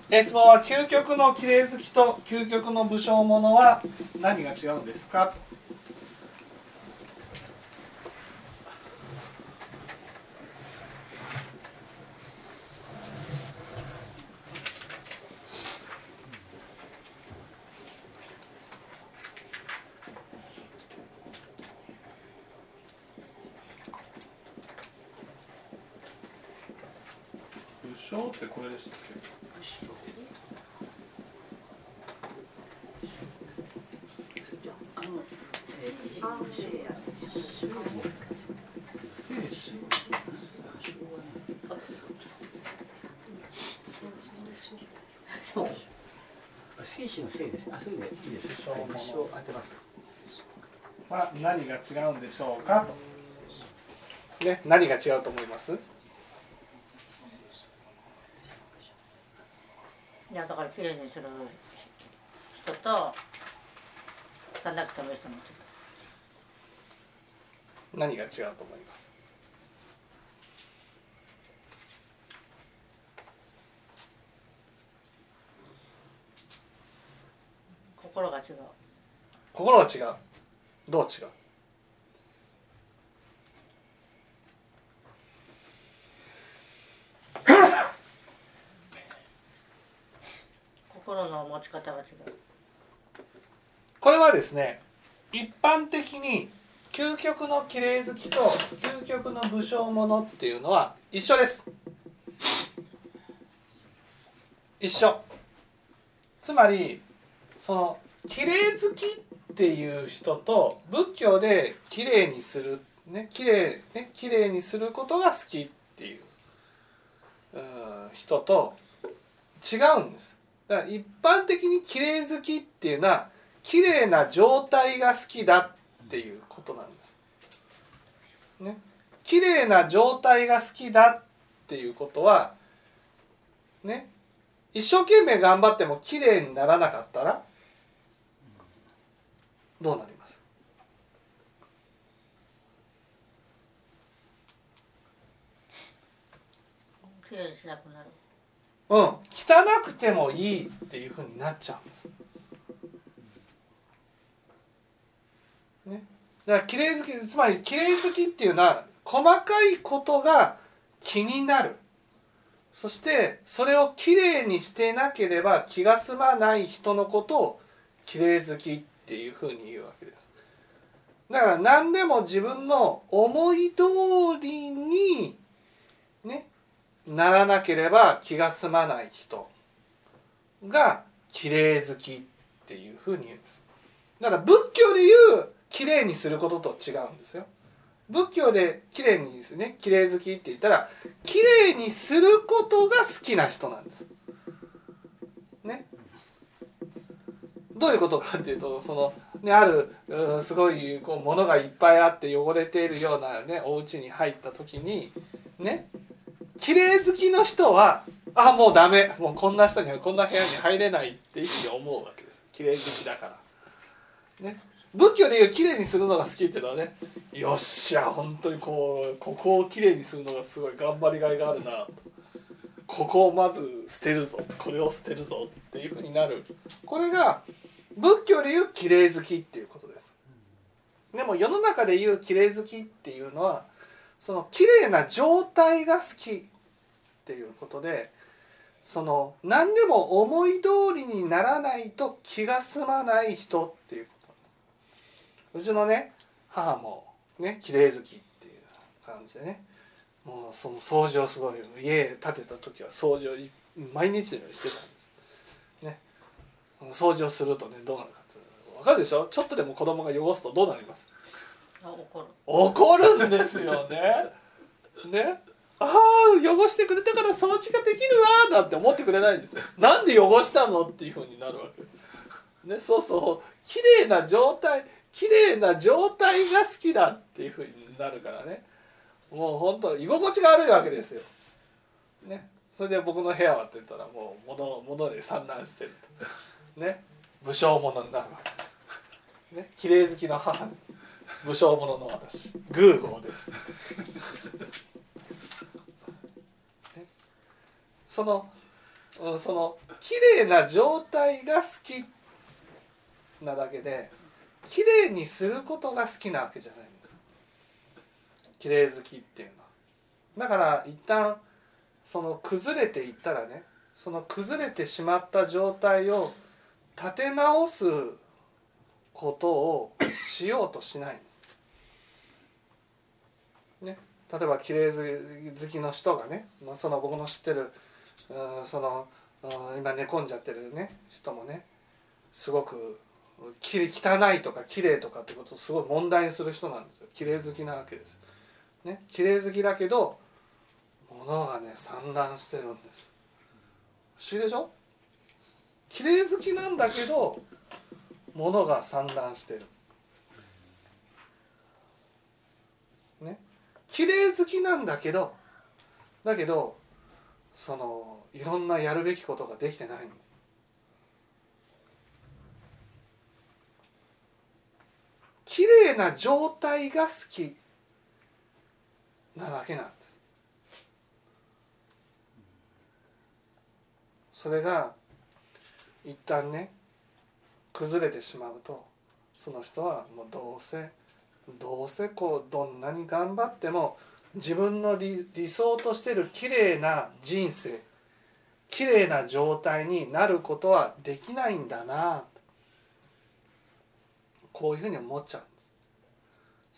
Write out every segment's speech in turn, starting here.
質問は究極の綺麗好きと究極の武将者は何が違うんですか。武将ってこれでしたっけ。 生死のせいです。あ、それでいいです。武将当てます。 は何が違うんでしょうかと。ね、何が違うと思います？ いやだから綺麗にする人と汚くてもいい人も何が違うと思います？ 心が違う。 心は違う。どう違う？ 心の持ち方が違う。 これはですね、一般的に究極の綺麗好きと究極の武将者っていうのは一緒です。一緒。つまりその綺麗好きっていう人と仏教で綺麗にするね、綺麗にすることが好きっていう人と違うんです。だから一般的に綺麗好きっていうのは綺麗な状態が好きだっていうことなんです。ね、綺麗な状態が好きだっていうことはね、一生懸命頑張っても綺麗にならなかったらどうなります？ 綺麗にしなくなる。 汚くてもいいっていうふうになっちゃうんです。ね、だから綺麗好き、つまり綺麗好きっていうのは細かいことが気になる。そしてそれをきれいにしてなければ気が済まない人のことをきれい好きっていうふうに言うわけです。だから何でも自分の思い通りに、ね、ならなければ気が済まない人がきれい好きっていうふうに言うんです。だから仏教で言うきれいにすることと違うんですよ。仏教できれいにですね、きれい好きって言ったらきれいにすることが好きな人なんです。ね。どういうことかっていうと、そのね、あるすごいこう物がいっぱいあって汚れているようなねお家に入った時にね、きれい好きの人はもうダメ、もうこんな人にはこんな部屋に入れないっていうふうに思うわけです。きれい好きだからね。仏教でいうきれいにするのが好きっていうのはね、よっしゃ本当にここをきれいにするのがすごい頑張りがいがあるなと、ここをまず捨てるぞ、これを捨てるぞっていうふうになる。これが仏教でいうきれい好きっていうことです。でも世の中でいうきれい好きっていうのはそのきれいな状態が好きっていうことで、その何でも思い通りにならないと気が済まない人っていうこと。うちのね母もね綺麗好きっていう感じでね、もうその掃除をすごい家建てた時は掃除を毎日のようにしてたんですね。掃除をするとねどうなるかって分かるでしょ。ちょっとでも子供が汚すとどうなります？怒るんですよね。ね、汚してくれたから掃除ができるわなんて思ってくれないんですよ。なんで汚したのっていう風になるわけね。そうそう、綺麗な状態が好きだっていう風になるからね、もう本当居心地が悪いわけですよ、ね、それで僕の部屋はって言ったらもう物で散乱してるとね、武将者になるわけです、ね、綺麗好きの母に武将者の私グーゴーです、ね、そのその綺麗な状態が好きなだけで綺麗にすることが好きなわけじゃないんです。綺麗好きっていうのは。だから一旦その崩れていったらね、その崩れてしまった状態を立て直すことをしようとしないんです、ね、例えば綺麗好きの人がね、その僕の知ってるその今寝込んじゃってるね人もね、すごく汚いとか綺麗とかってことをすごい問題にする人なんですよ。綺麗好きなわけです、ね、綺麗好きだけど物がね散乱してるんです。不思議でしょ。綺麗好きなんだけど物が散乱してる、ね、綺麗好きなんだけどそのいろんなやるべきことができてないんです。綺麗な状態が好きなだけなんです。それが一旦ね崩れてしまうと、その人はもうどうせこうどんなに頑張っても自分の理想としている綺麗な人生、綺麗な状態になることはできないんだな、こういうふうに思っちゃうんです。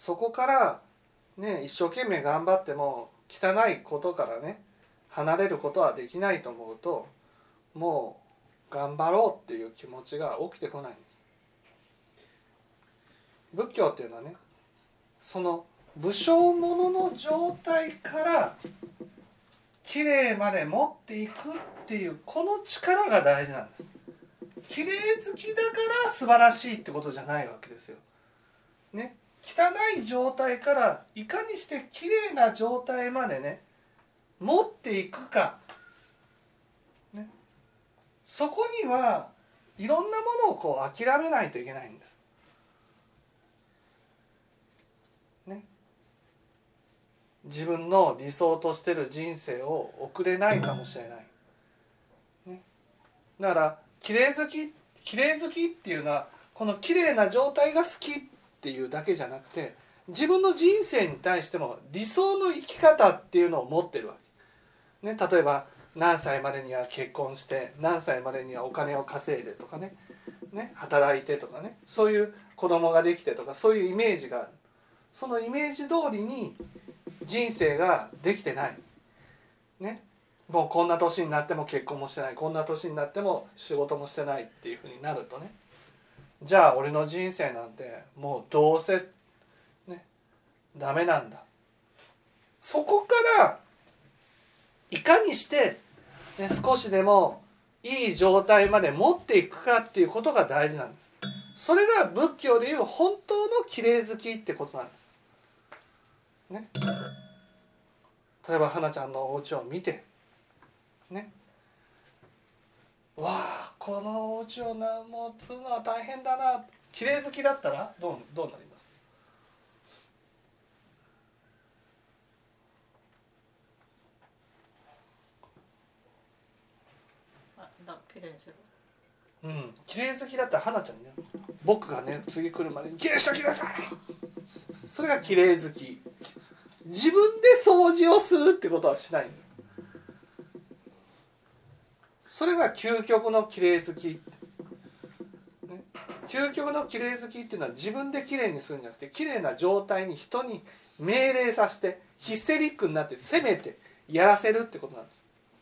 そこからね、一生懸命頑張っても汚いことからね離れることはできないと思うと、もう頑張ろうっていう気持ちが起きてこないんです。仏教っていうのはね、その武将者の状態からきれいまで持っていくっていうこの力が大事なんです。きれい好きだから素晴らしいってことじゃないわけですよ、ね、汚い状態からいかにしてきれいな状態までね持っていくか、ね、そこにはいろんなものをこう諦めないといけないんです、ね、自分の理想としてる人生を送れないかもしれない、ね、だからきれい好きっていうのはこのきれいな状態が好きっていうだけじゃなくて、自分の人生に対しても理想の生き方っていうのを持ってるわけ、ね、例えば何歳までには結婚して何歳までにはお金を稼いでとかね、働いてとかね、そういう子供ができてとかそういうイメージがある。そのイメージ通りに人生ができてない、ね、もうこんな年になっても結婚もしてない、こんな年になっても仕事もしてないっていうふうになるとね、じゃあ俺の人生なんてもうどうせねダメなんだ。そこからいかにして、ね、少しでもいい状態まで持っていくかっていうことが大事なんです。それが仏教でいう本当のきれい好きってことなんです、ね、例えば花ちゃんのお家を見てね、わあこのお家をもう継ぐのは大変だな、きれい好きだったらどうなります？ きれいにする。 うん、きれい好きだったら花ちゃんね、僕がね次来るまでにきれいにしときなさい、それがきれい好き。自分で掃除をするってことはしないんです。それが究極のきれい好き、ね、究極のきれい好きっていうのは自分できれいにするんじゃなくて、きれいな状態に人に命令させてヒステリックになって責めてやらせるってことなんです、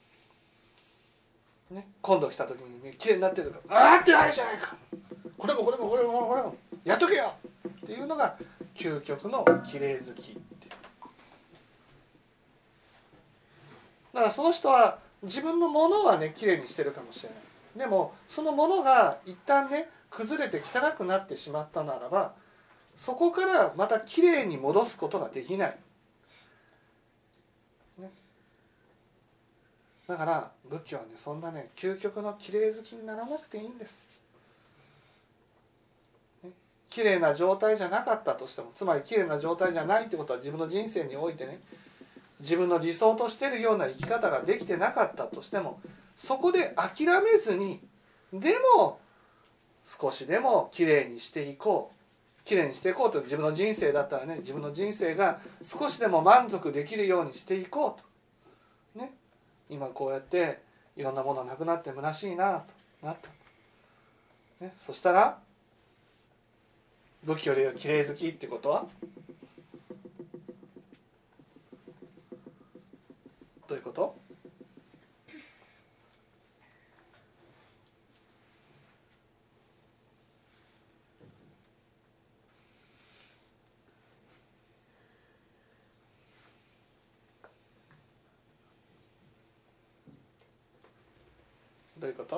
ね、今度来た時に、ね、きれいになってるからあーってないじゃないか、これもやっとけよっていうのが究極のきれい好きっていう。だからその人は自分のものはねきれいにしてるかもしれない。でもそのものが一旦ね崩れて汚くなってしまったならば、そこからまたきれいに戻すことができない、ね、だから仏教はねそんなね究極のきれい好きにならなくていいんです、ね、きれいな状態じゃなかったとしても、つまりきれいな状態じゃないってことは自分の人生においてね自分の理想としているような生き方ができてなかったとしても、 そこで諦めずに、でも少しでもきれいにしていこう、きれいにしていこうと、自分の人生だったらね、自分の人生が少しでも満足できるようにしていこうと、ね、今こうやっていろんなものなくなって虚しいなとなった、ね、そしたら仏教でいうきれい好きってことはどういうこと？どういうこと？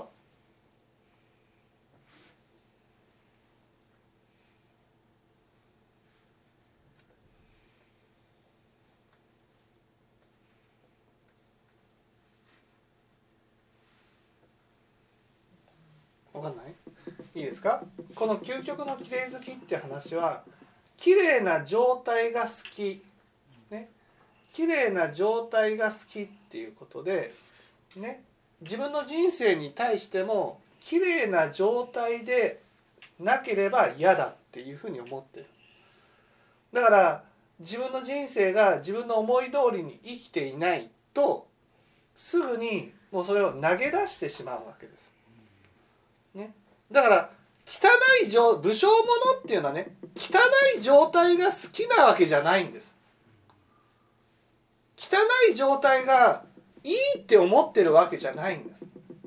わかんない？いいですか？この究極のきれい好きって話は、きれいな状態が好き、ね、きれいな状態が好きっていうことで、ね、自分の人生に対してもきれいな状態でなければ嫌だっていうふうに思ってる。だから自分の人生が自分の思い通りに生きていないと、すぐにもうそれを投げ出してしまうわけです、ね、だから武将者っていうのはね、汚い状態が好きなわけじゃないんです。汚い状態がいいって思ってるわけじゃないんです。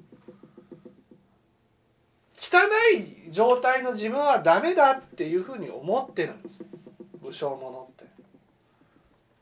汚い状態の自分はダメだっていうふうに思ってるんです、武将者って、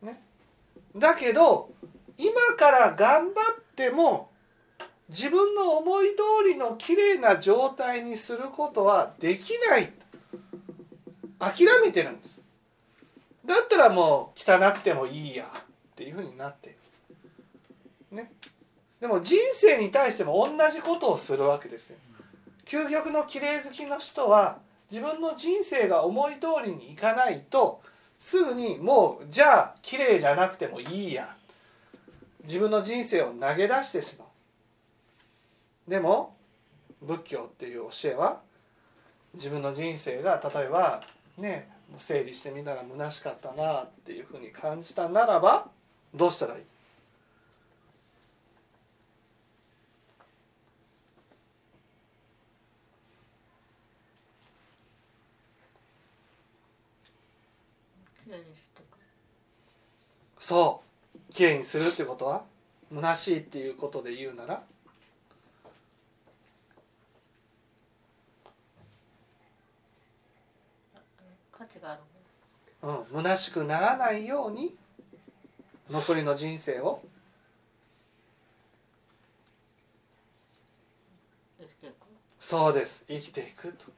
ね、だけど今から頑張っても自分の思い通りのきれいな状態にすることはできない、諦めてるんです。だったらもう汚くてもいいやっていうふうになっている、ね、でも人生に対しても同じことをするわけですよ。究極のきれい好きの人は自分の人生が思い通りにいかないと、すぐにもうじゃあきれいじゃなくてもいいや、自分の人生を投げ出してしまう。でも仏教っていう教えは、自分の人生が例えばね、整理してみたら虚しかったなっていうふうに感じたならばどうしたらいい？そう、きれいにするってことは、虚しいっていうことで言うなら、 価値がある、 虚しくならないように残りの人生を生きていく。 そうです、生きていくと。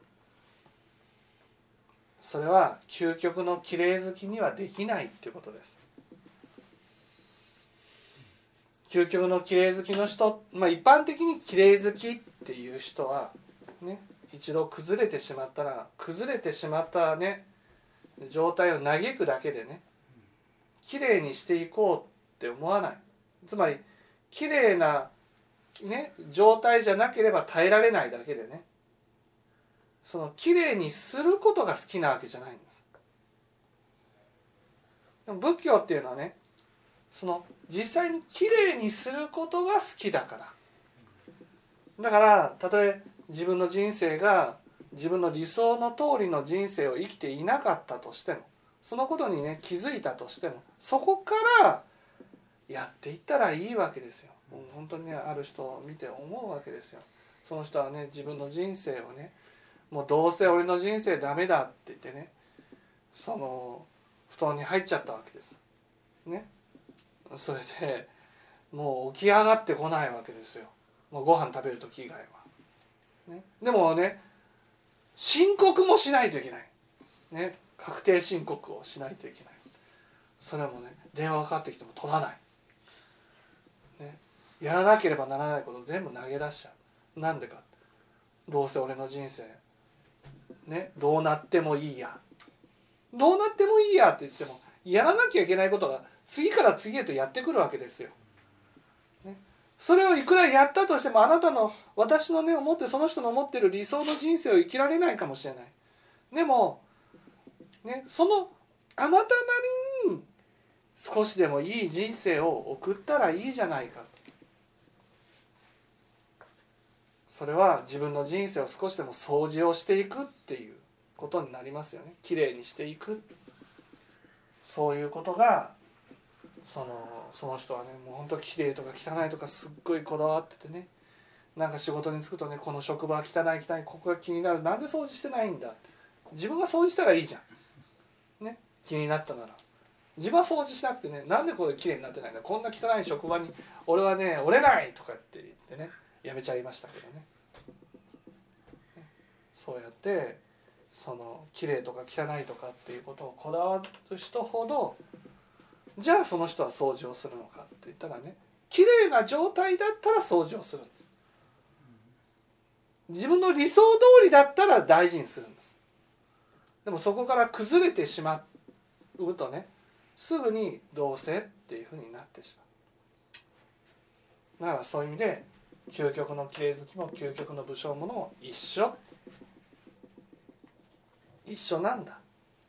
それは究極のきれい好きにはできないっていうことです。究極のきれい好きの人、一般的にきれい好きっていう人はね、一度崩れてしまったら、崩れてしまったね状態を嘆くだけでね、きれいにしていこうって思わない。つまりきれいなね状態じゃなければ耐えられないだけでね、そのきれいにすることが好きなわけじゃないんです。でも仏教っていうのはね、その実際にきれいにすることが好きだから。だからたとえ自分の人生が自分の理想の通りの人生を生きていなかったとしても、そのことにね気づいたとしても、そこからやっていったらいいわけですよ。もう本当にね、ある人を見て思うわけですよ。その人はね、自分の人生をね、もうどうせ俺の人生ダメだって言ってね、その布団に入っちゃったわけですね。それでもう起き上がってこないわけですよ。もうご飯食べる時以外は、ね、でもね申告もしないといけない、ね、確定申告をしないといけない。それもね、電話がかかってきても取らない、ね、やらなければならないことを全部投げ出しちゃう。なんでか、どうせ俺の人生ね、どうなってもいいや、どうなってもいいやって言っても、やらなきゃいけないことが次から次へとやってくるわけですよ、ね、 それをいくらやったとしても私のね思ってその人の思ってる理想の人生を生きられないかもしれない。でもね、そのあなたなりに少しでもいい人生を送ったらいいじゃないか。それは自分の人生を少しでも掃除をしていくっていうことになりますよね。きれいにしていく、そういうことがその人はねもう本当きれいとか汚いとかすっごいこだわっててね、なんか仕事に就くとねこの職場は汚い汚い、ここが気になる、なんで掃除してないんだ、自分が掃除したらいいじゃんね、気になったなら自分は掃除しなくてね、なんでこれきれいになってないんだ、こんな汚い職場に俺はね折れないとかって言ってねやめちゃいましたけどね。そうやってそのきれいとか汚いとかっていうことをこだわる人ほど、じゃあその人は掃除をするのかって言ったらね、きれいな状態だったら掃除をするんです。自分の理想通りだったら大事にするんです。でもそこから崩れてしまうとね、すぐにどうせっていうふうになってしまう。だからそういう意味で究極のきれい好きも究極の武将ものも一緒なんだ、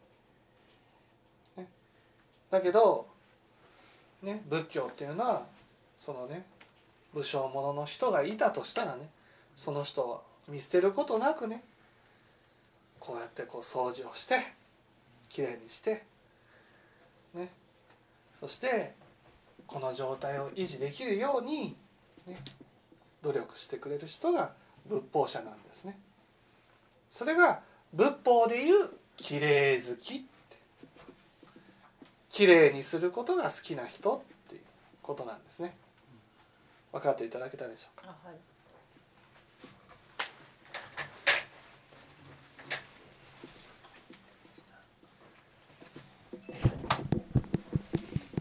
ね、だけど、ね、仏教っていうのはそのね武将者の人がいたとしたらね、その人を見捨てることなくね、こうやってこう掃除をしてきれいにして、ね、そしてこの状態を維持できるように、ね、努力してくれる人が仏法者なんですね。それが仏法でいうきれい好きって、きれいにすることが好きな人っていうことなんですね。分かっていただけたでしょうか。 はい。